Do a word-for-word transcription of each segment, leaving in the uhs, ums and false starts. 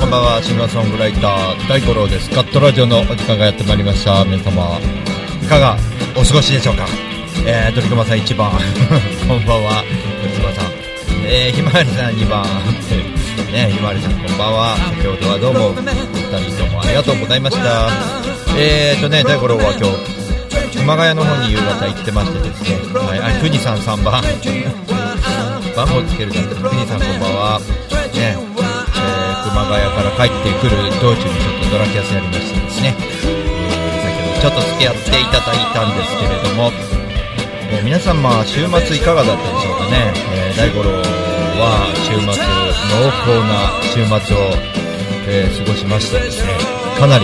んばんは。シンガーソングライター大五郎です。カットラジオのお時間がやってまいりました。皆様いかがお過ごしでしょうか。えー、鳥熊さんいちばんこんばんは。鳥熊さん、えー、ひまわりさんにばんね、ひまわりさんこんばんは。先ほどはどうもお二人どうもありがとうございました。えーとね大五郎は今日熊谷の方に夕方行ってましてですね、はい、あ、くにさんさんばん番号つけるだけで、くにさんこんばんはね、えー、熊谷から帰ってくる道中にちょっとドラキャスやりましてですね、えー、先ほどちょっと付き合っていただいたんですけれども、えー、皆さんまあ週末いかがだったでしょうかね。えー、大五郎は週末濃厚な週末を、えー、過ごしましてですね、かなり、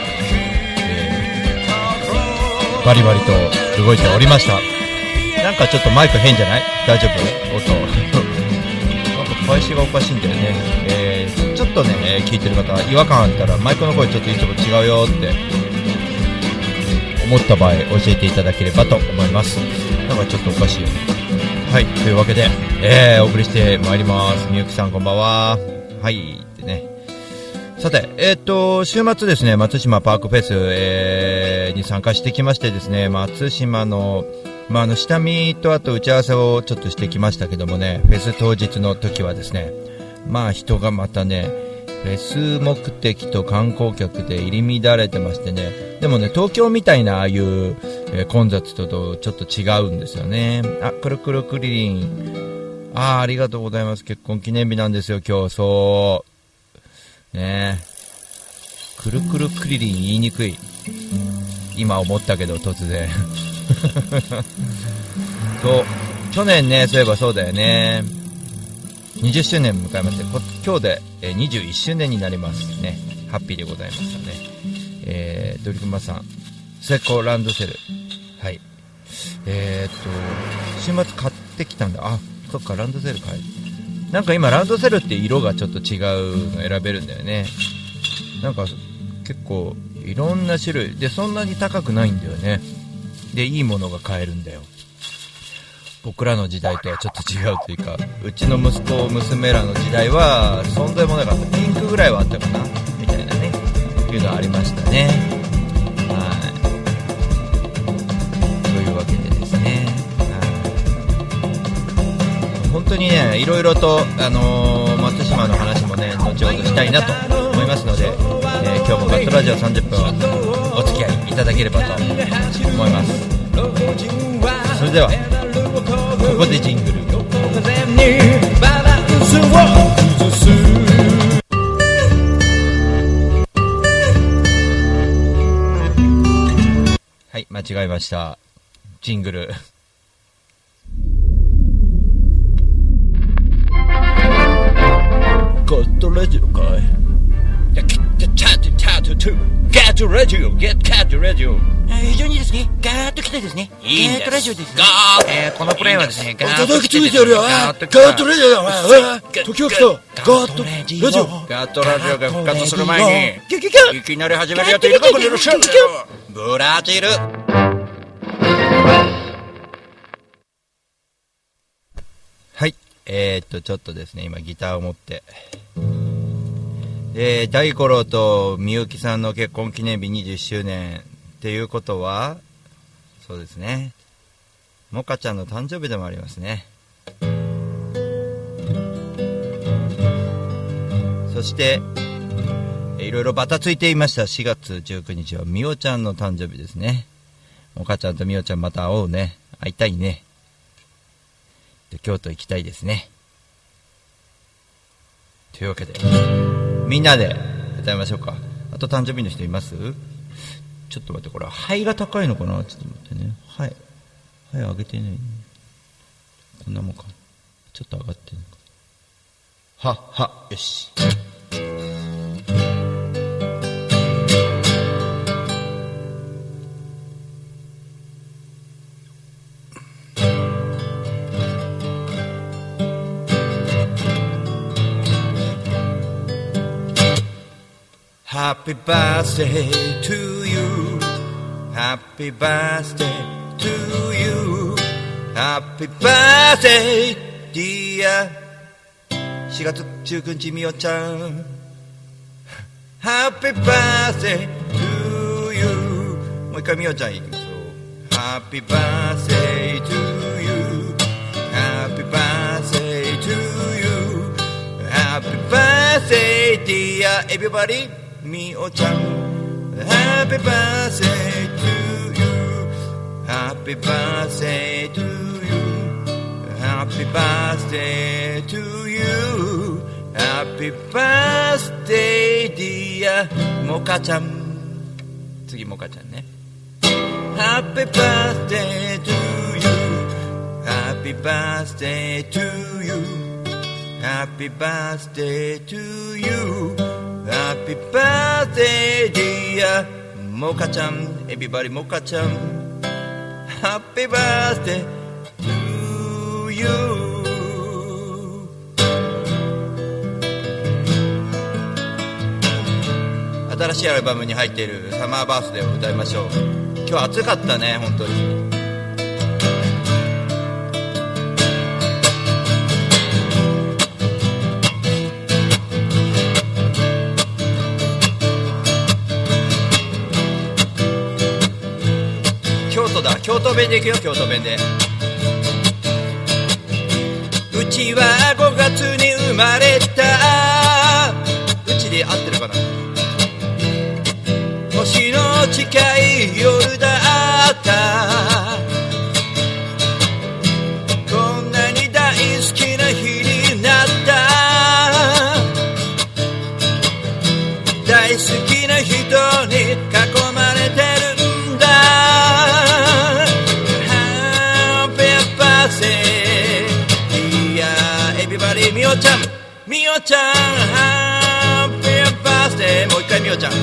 えー、バリバリと動いておりました。なんかちょっとマイク変じゃない？大丈夫？音なんか返しがおかしいんだよね。えー、ちょっとね聞いてる方違和感あったらマイクの声ちょっといつも違うよって思った場合教えていただければと思います。なんかちょっとおかしいよね。はい、というわけで、えー、お送りしてまいります。みゆきさんこんばんは。はいってね。さて、えー、っと週末ですね、松島パークフェス、えー、に参加してきましてですね、松島のまあ、あの下見とあと打ち合わせをちょっとしてきましたけどもね、フェス当日の時はですね、まあ人がまたねフェス目的と観光客で入り乱れてましてね、でもね東京みたいなああいう、えー、混雑ととちょっと違うんですよね。あ、くるくるクリリン、あーありがとうございます。結婚記念日なんですよ今日。そうね、くるくるクリリン言いにくい今思ったけど突然そう去年ね、そういえばそうだよね、にじゅっしゅうねん迎えまして、今日で、えー、にじゅういっしゅうねんになりますね。ハッピーでございましたね。えー、ドリクマさん末っ子ランドセル、はい、えー、っと週末買ってきたんだ。あ、そっか、ランドセル買え、なんか今ランドセルって色がちょっと違うの選べるんだよね。なんか結構いろんな種類でそんなに高くないんだよね。でいいものが買えるんだよ。僕らの時代とはちょっと違うというか、うちの息子娘らの時代は存在もなかった。ピンクぐらいはあったかなみたいなね、いうのありましたね。はい、というわけでですね、はい、本当にねいろいろと、あのー、松島の話もね後ほどしたいなと思いますので、えー、今日もガットラジオさんじゅっぷんお付き合いいただければと思います。それではここでジングル。はい、間違えました。ジングルガットラジオかい。ガットラジオ、ゲットガットラジオ。非常にですね、ガーッと来てですね、いいんです。ガーッとラジオですね。ガーッ、えー、このプレイはですね、ガーッと来てですね、ガーッとガーッとラジオだ。時を来た。ガーッとラジオ。ガットラジオが復活する前に、いきなり始めるやついるかもしれません。ブラジル。はい、えーっとちょっとですね、今ギターを持って。えー、大五郎とみゆきさんの結婚記念日にじゅっしゅうねんっていうことは、そうですね、もかちゃんの誕生日でもありますね。そしていろいろバタついていましたしがつじゅうくにちはみおちゃんの誕生日ですね。もかちゃんとみおちゃんまた会おうね。会いたいね。で京都行きたいですね。というわけでみんなで歌いましょうか。あと誕生日の人います？ちょっと待って、これ肺が高いのかな。ちょっと待ってね。はいはい上げてね。こんなもんか。ちょっと上がってるのか。はは、よし。Happy birthday to you. Happy birthday to you. Happy birthday, dear. しがつじゅうくにちみおちゃん。 Happy birthday to you もう一回みおちゃんいきましょう Happy birthday to you Happy birthday to you Happy birthday dear everybody みおちゃん Happy birthday to you Happy birthday to you Happy birthday to you Happy birthday dear もかちゃん次もかちゃんね Happy birthday to you Happy birthday to you Happy birthday to you Happy birthday dear もかちゃん Everybody もかちゃん Happy birthday to you新しいアルバムに入っているサマーバースデーを歌いましょう。今日暑かったね本当に。京都だ京都弁でいくよ京都弁で。うちはごがつに生まれたうちで合ってるかな。星の近い夜だったこんなに大好きな日になった大好きな人に囲まれてるんだ Happy birthday Dear everybody みおちゃんみおちゃん Happy birthday もう一回みおちゃん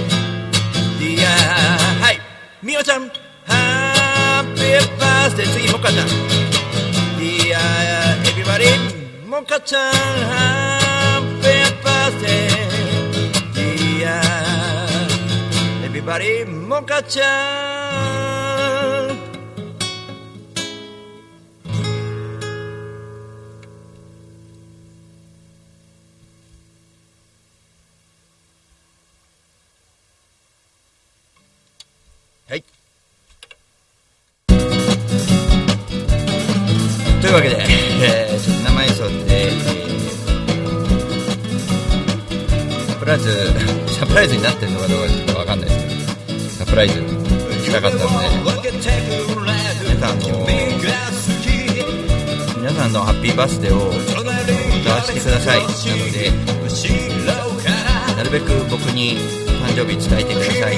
はいみおちゃん Happy birthday 次もかちゃん Dear everybody もかちゃん Happy birthday Dear everybody もかちゃんはい。というわけで、えー、ちょっと生演奏で、えー、サプライズサプライズになってるのかどうかちょっとわかんないですけど、サプライズしたかったので、皆さんの皆さんのハッピーバースデーを歌わせてください。なので、なるべく僕に誕生日伝えてください。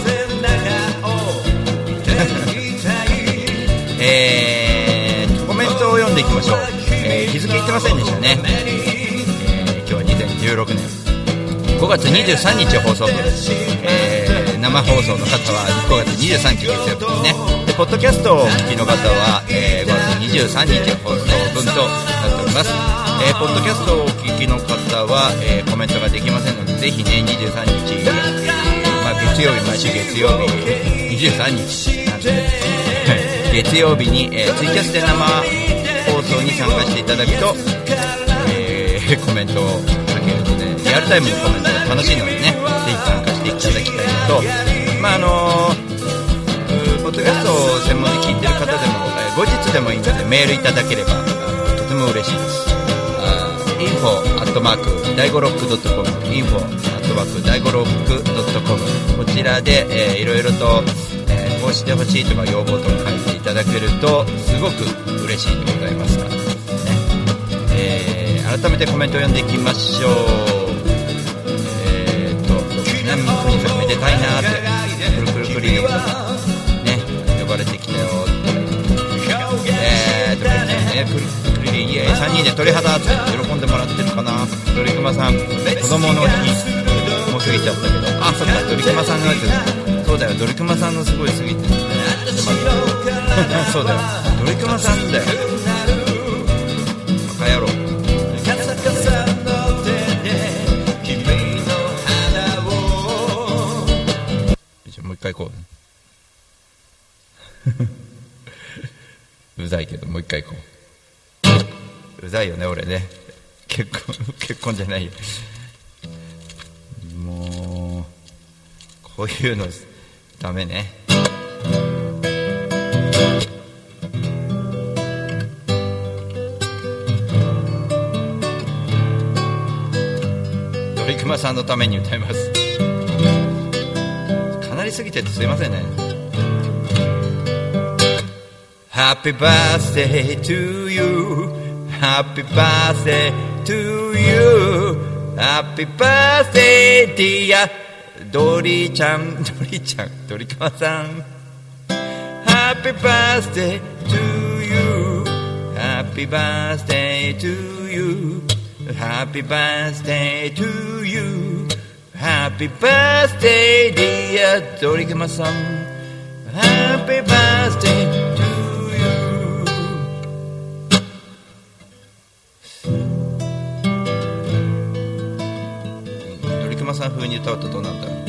えー、コメントを読んでいきましょう。えー、日付言ってませんでしたね。えー、今日はにせんじゅうろくねんごがつにじゅうさんにち放送分、えー、生放送の方はごがつにじゅうさんにち月曜日ですね。でポッドキャストをお聞きの方は、えー、ごがつにじゅうさんにち放送分となっております。えー、ポッドキャストをお聞きの方は、えー、コメントができませんのでぜひねにじゅうさんにち、えーまあ、月曜日毎週月曜日にじゅうさんにちなんで月曜日に、えー、ツイキャスで生放送に参加していただくと、えー、コメントをかけるのでリアルタイムのコメントが楽しいのでねぜひ参加していただきたいのと、まああのー、ポッドキャストを専門に聞いてる方でも、えー、後日でもいいのでメールいただければとても嬉しいです。インフォアットマークダイゴロックドットコムインフォアットマークダイゴロックドットコムこちらで、えー、いろいろと、えー、こうしてほしいとか要望とか書いていただけるとすごく嬉しいでございますから、ねえー、改めてコメントを読んでいきましょう。えーっと南国さんめでたいなってくるくるくりのことね呼ばれてきたよえーっとねくるいえさんにんで鳥肌って喜んでもらってるかな。鳥熊さん子供の日もう過ぎちゃったけどあそっか鳥熊さんのやつそうだよ鳥熊さんのすごい過ぎてるそうだよ鳥熊さんだよバカ野郎もう一回行こううざいけどもう一回行こううざいよね俺ね結婚結婚じゃないよもうこういうのダメね。ドリクマさんのために歌います。かなり過ぎててすいませんね。Happy birthday to you, Happy birthday to you, Happy birthday dear ドリちゃん、ドリちゃん、ドリクマさん。 Happy birthday to you, Happy birthday to you, Happy birthday to you, Happy birthday dear ドリクマさん。 Happy birthday to you。ドリクマさん風に歌うとどうなんだろう。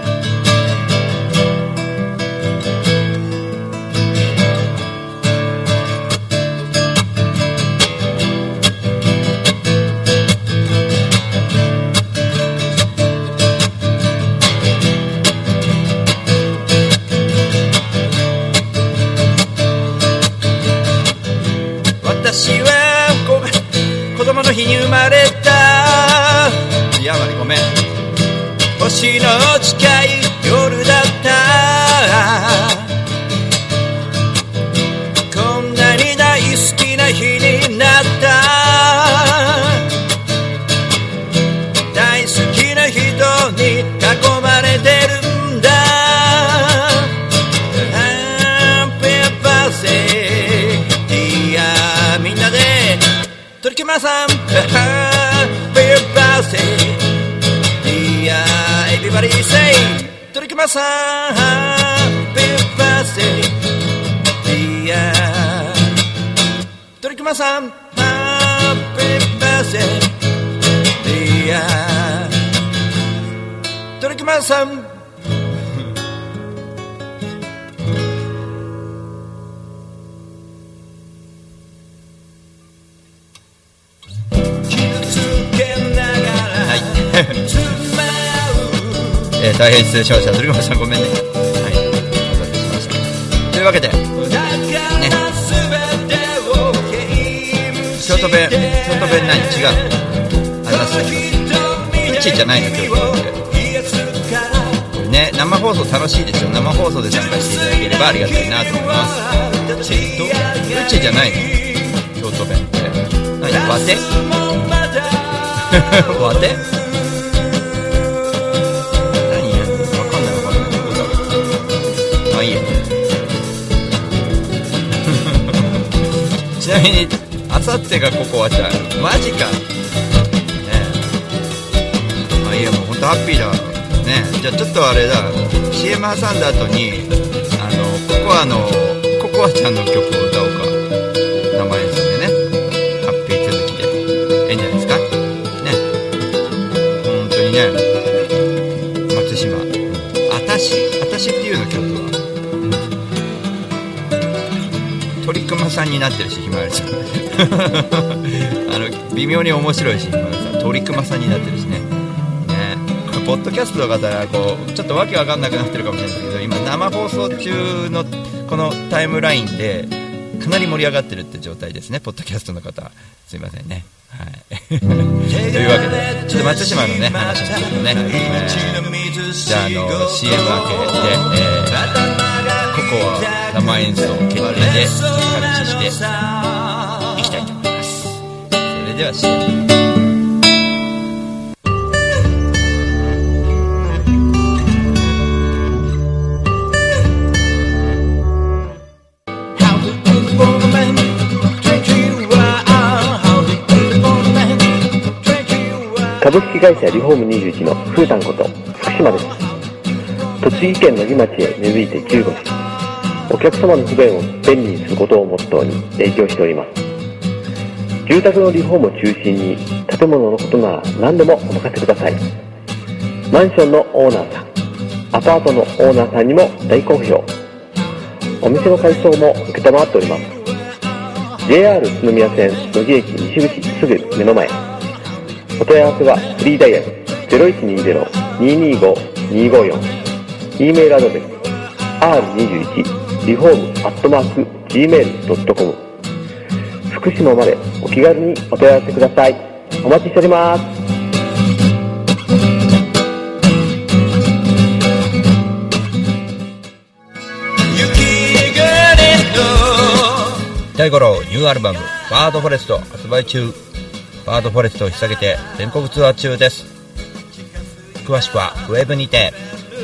私は子供の日に生まれた。いやまりごめん。星の近い夜だった。こんなに大好きな日になった。大好きな人に囲まれてるんだ。Happy birthdayみんなでトリクマさん Happy birthday dear everybody say トリクマさん Happy birthday dear トリクマさん Happy birthday dear トリクマさん。えー、大変失礼しました。ドリクマさんごめんね。はい、お待たせしました。というわけで、ね、京都弁、京都弁何違う？ありますね。うちじゃないの京都って。ね、生放送楽しいですよ。生放送で参加していただければありがたいなと思います。うちじゃないの京都弁って。何？わて？わて？いいちなみにあさってがココアちゃんマジかねえ、まあいいやもうほんとハッピーだね。じゃあちょっとあれだ シーエム 挟んだ後にあのココアのココアちゃんの曲を歌おうか。生演奏でねハッピー続きでいいんじゃないですかね。本当にね松島あたしあたしっていうの曲はトリクマさんになってるしひまわりさんあの微妙に面白いしひまわりさんトリクマさんになってるしね。ねこれポッドキャストの方はこうちょっとわけわかんなくなってるかもしれないですけど今生放送中のこのタイムラインでかなり盛り上がってるって状態ですね。ポッドキャストの方すいませんね。はいというわけでちょっと松島のね話もちょっとね、えー、じゃああの シーエム 明けで、えー、ココア生演奏決定でお話ししていきたいと思います。それでは シーエム株式会社リフォームにじゅういちのふうたんこと福島です。栃木県野木町へ根付いてじゅうごねん、お客様の不便を便利にすることをモットーに営業しております。住宅のリフォームを中心に建物のことなら何でもお任せください。マンションのオーナーさん、アパートのオーナーさんにも大好評。お店の改装も承っております。 ジェイアール 宇都宮線野木駅西口すぐ目の前。お問い合わせはフリーダイヤル ゼロいちにゼロ ににーにーごーにーごーよん、 E メールアドレス アールにじゅういち リフォームアットマーク ジーメールドットコム、 福島までお気軽にお問い合わせください。お待ちしております。 大五郎ニューアルバムバードフォレスト発売中。バードフォレストを引っ提げて全国ツアー中です。詳しくはウェブにて。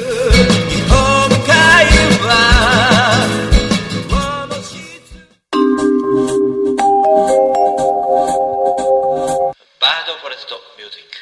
バードフォレストミュージック。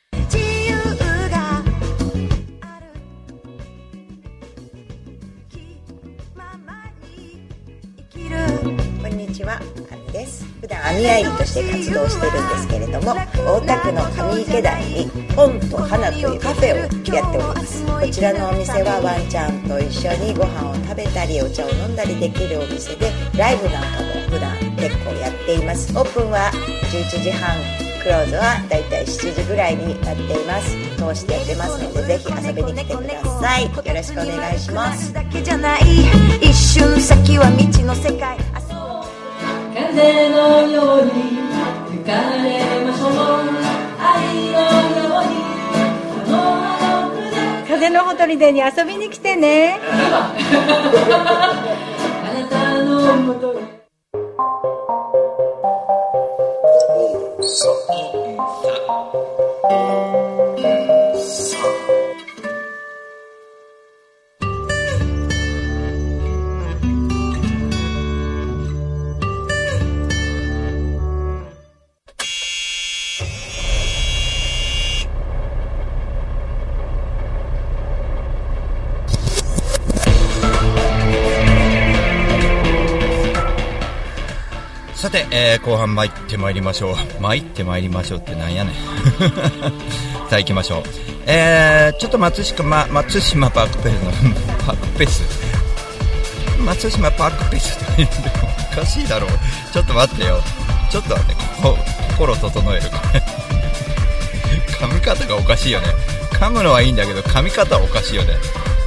こんにちは、あみです。普段網あいりとして活動してるんですけれども、大田区の上池台に本と花というカフェをやっております。こちらのお店はワンちゃんと一緒にご飯を食べたりお茶を飲んだりできるお店で、ライブなんかも普段結構やっています。オープンはじゅういちじはん、クローズはだいたいしちじぐらいになっています。通してやってますので、ぜひ遊びに来てください。よろしくお願いします。一瞬先は未知の世界、 風のように吹かれましょう、愛のように風のほとりでに遊びに来てね。 あなたのもとにさて、えー、後半参ってまいりましょう。参ってまいりましょうってなんやねん。さあ行きましょう。えー、ちょっと松島、ま、松島パークペースのパークペース松島パークペースって言っておかしいだろう。ちょっと待ってよ。ちょっと待って、こ心整える噛み方がおかしいよね。噛むのはいいんだけど噛み方はおかしいよね。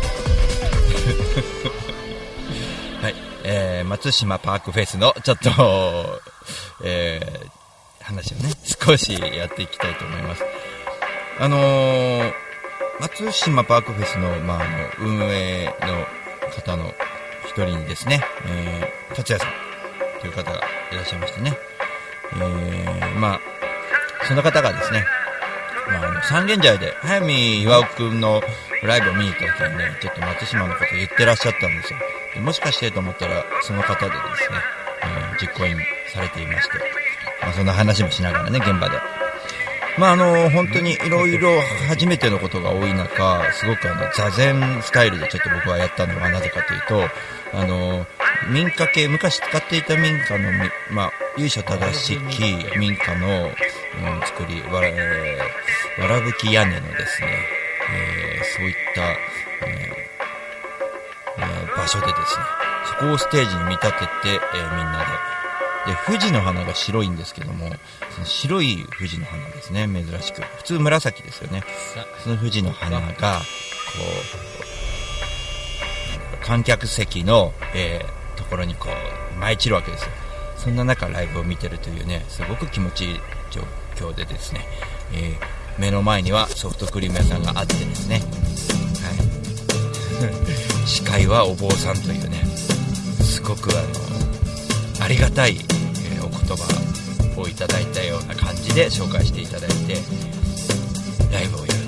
はい、えー、松島パークフェスのちょっと、えー、話をね少しやっていきたいと思います。あのー、松島パークフェスの、まあ、あの運営の方の一人にですね、えー、達也さんという方がいらっしゃいましてね、えー、まあその方がですね、まあ、あの三軒茶屋で早見岩尾くんのライブを見に行った時にね、ちょっと松島のこと言ってらっしゃったんですよ。でもしかしてと思ったらその方でですね、えー、実行委員されていまして、まあ、そんな話もしながらね、現場で、まああの本当にいろいろ初めてのことが多い中、すごくあの座禅スタイルでちょっと僕はやったのはなぜかというと、あの民家系、昔使っていた民家の、まあ、由緒正しき民家の、うん、作り、わら、えー、わらぶき屋根のですね、えー、そういった、えーえー、場所でですね、そこをステージに見立てて、えー、みんなで、で、富士の花が白いんですけども、その白い富士の花ですね、珍しく。普通紫ですよね。その富士の花が、こう、観客席の、えー、ところにこう舞い散るわけですよ。そんな中ライブを見てるというね、すごく気持ちいい状況でですね、えー、目の前にはソフトクリーム屋さんがあってですね、はい、司会はお坊さんというね、すごくあのありがたい、えー、お言葉をいただいたような感じで紹介していただいてライブをやるという、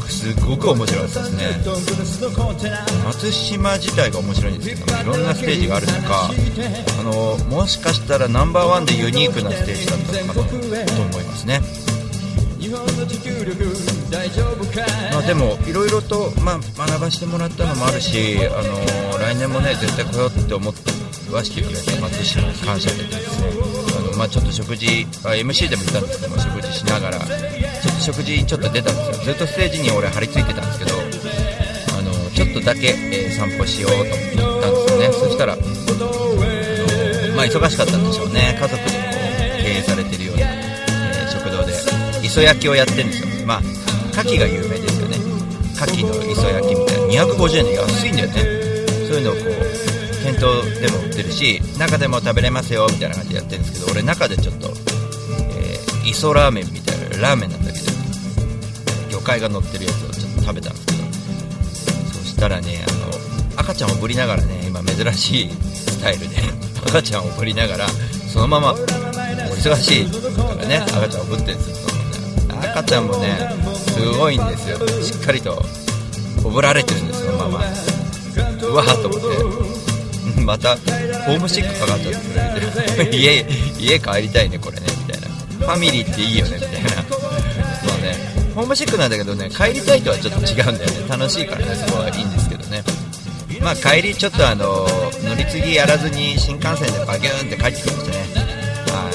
すごく面白かったですね。松島自体が面白いんですけど、いろんなステージがある中、あのもしかしたらナンバーワンでユニークなステージだったのかなと思いますね。まあ、でもいろいろと、まあ、学ばせてもらったのもあるし、あの来年もね絶対来ようって思ってわしてくれた松島に感謝でですね、あの、まあ、ちょっと食事 エムシー でも言ったんですけども、食事しながらちょっと食事ちょっと出たんですよ。ずっとステージに俺張り付いてたんですけど、あのちょっとだけ、えー、散歩しようと思って行ったんですよね。そしたらあの、まあ、忙しかったんでしょうね。家族でこう経営されてるような、えー、食堂で磯焼きをやってるんですよ。まあ牡蠣が有名ですよね。 牡蠣の磯焼きみたいなにひゃくごじゅうえんで安いんだよね。そういうのをこう店頭でも売ってるし、中でも食べれますよみたいな感じでやってるんですけど、俺中でちょっと、えー、磯ラーメンみたいなラーメンなんだけど魚介が乗ってるやつをちょっと食べたんですけど、そしたらね、あの赤ちゃんをぶりながらね、今珍しいスタイルで赤ちゃんをぶりながらそのまま、お忙しいからね、赤ちゃんをぶってるんですよ。赤ちゃんもねすごいんですよ。しっかりとおぶられてるんですよ、そのまま。うわーと思ってまたホームシックかかっちゃってくれて家, 家帰りたいねこれねみたいな、ファミリーっていいよねみたいなそうね、ホームシックなんだけどね、帰りたいとはちょっと違うんだよね。楽しいからね、そこはいいんですけどね。まあ帰りちょっとあの乗り継ぎやらずに新幹線でバギューンって帰ってきましたね。はい、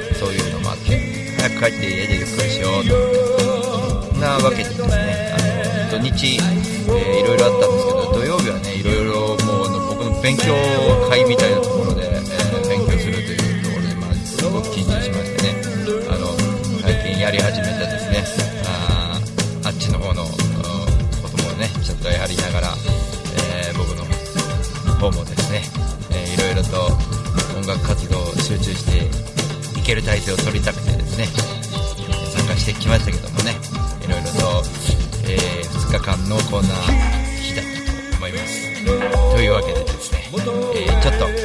そういうのもあって早く帰って家でゆっくりしようとなわけでですね、あの土日、えー、いろいろあったんですけど、土曜日はねいろいろもうあの僕の勉強会みたいなところで、えー、勉強するというところで、まあ、すごく緊張しましてね、あの最近やり始めたですね、あ, あっちの方のこともねちょっとやりながら、えー、僕の方もですね、えー、いろいろと音楽活動を集中していける体制を取りたくてですね参加してきましたけどもね、いろいろと、えー、ふつかかん濃厚な日だったと思います。というわけでですね、えー、ちょっと、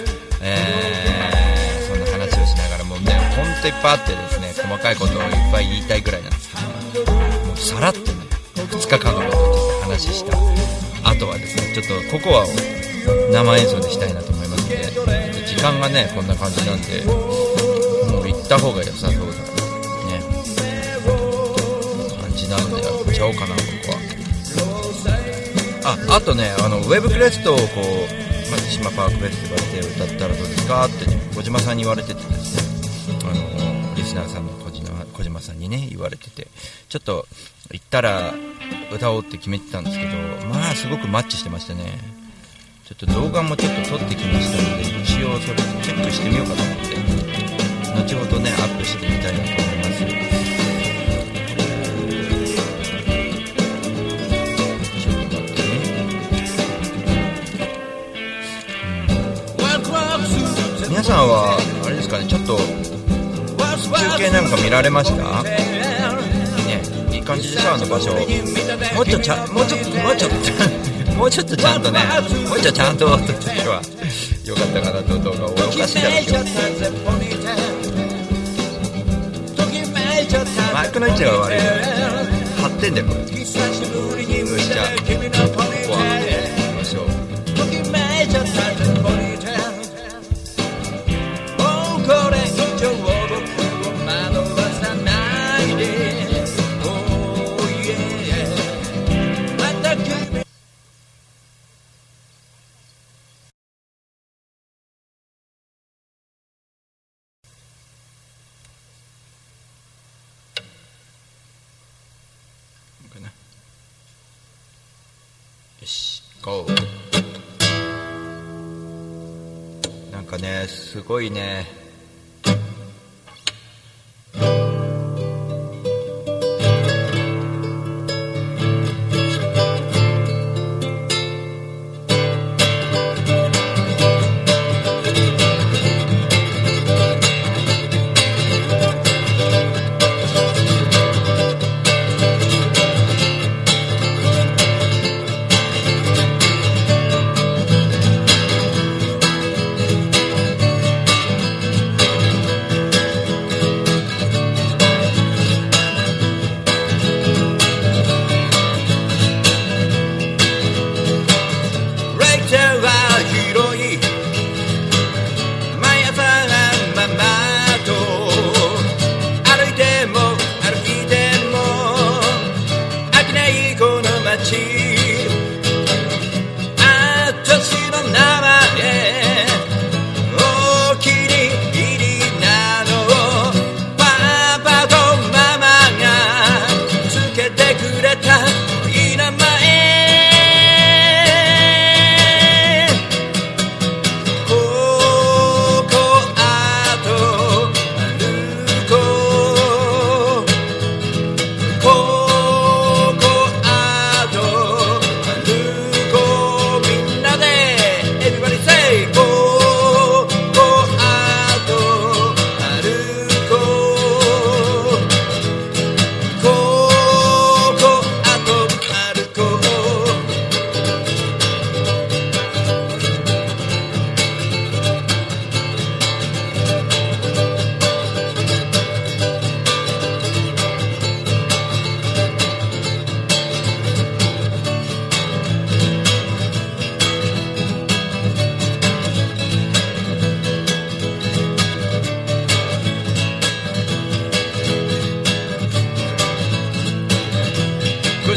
えー、そんな話をしながらもね、ほんといっぱいあってですね、細かいことをいっぱい言いたいぐらいなんですけど、もうさらっとねふつかかんのことをちょっと話したあとはですね、ちょっとココアを生演奏でしたいなと思いますので、時間がねこんな感じなんでもう行った方が良さそうだね感じなのでやっちゃおうかな、ここは。あ、あとね、あのウェブクレストをこう松島パークフェスティバルで歌ったらどうですかって、ね、小島さんに言われててですね、あのリスナーさんの小島、小島さんにね言われてて、ちょっと行ったら歌おうって決めてたんですけど、まあすごくマッチしてましたね。ちょっと動画もちょっと撮ってきましたので、一応それチェックしてみようかと思って、後ほどねアップしてみたいなと思います。ちょっと待ってね、うん、皆さんはあれですかね、ちょっと中継なんか見られましたね。いい感じでさ、あの場所もうちょっとちゃもうちょっともうちょっともうちょっとちゃんとね、もうちょっとちゃんと撮っておけばよかったかなと。動画おかしいだろ今日。マイクの位置が悪い、張ってんだよこれ。よし、じゃあここは行きましょう。よし、ゴー。なんかね、すごいね。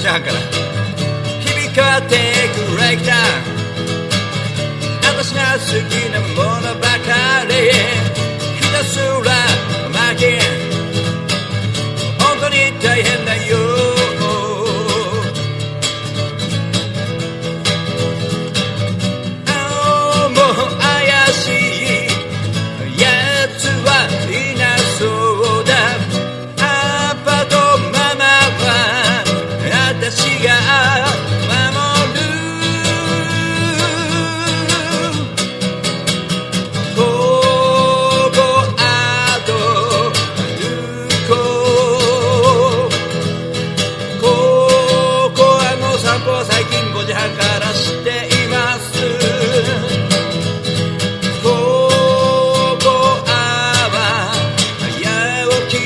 じはんから響かってくレイクタウン、私の好きなものばかりひたすら負け、本当に大変だよ。あもう怪しいやつはいなそうだ。パパとママは私が守る。ここあと歩こう。ここあの散歩は最近ごじはんからしています。ここあは早起き。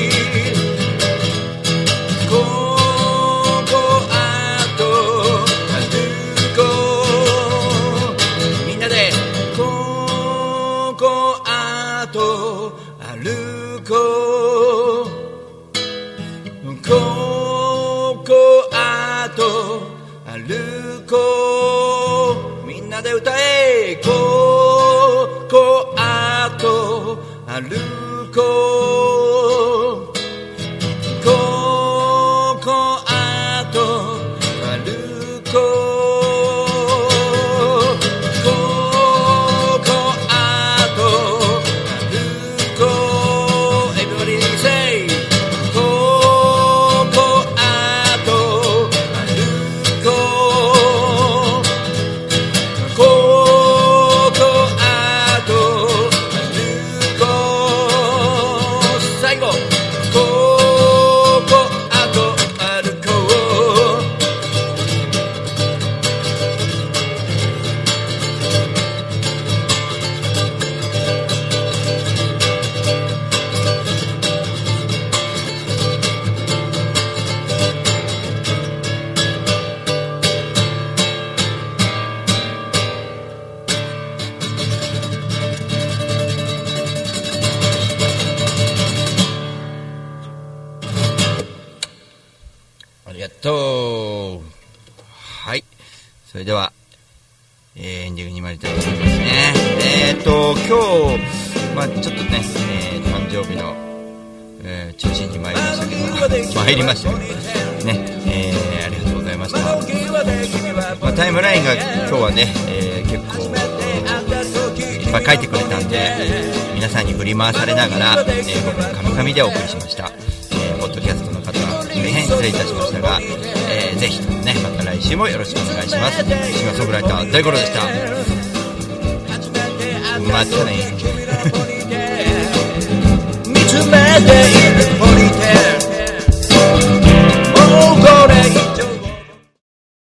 ここあと歩こう。みんなでここあと歩こう。ここあと歩こう。みんなで歌え。ここあと歩こう。ここあと歩こう。ここあと歩こう。 Everybody say ここあと歩こう。ここあと歩こう。最後ここあと歩こう。ありがとう。はい。それでは、えーエンディングに参りたいと思いますね。えーっと、今日、まあちょっとね、えー誕生日の、えー中心に参りましたけど、参りましたけど、ね、えーありがとうございました。まあタイムラインが今日はね、えー結構、いっぱい書いてくれたんで、皆さんに振り回されながら、えー僕のカミカミでお送りしました。えーポッドキャストの方は大変失礼いたしましたが、えーぜひともね、また来週もよろしくお願いします。シンガーソングライター大五郎でした。またね。見つめているポニーテール、もうこれ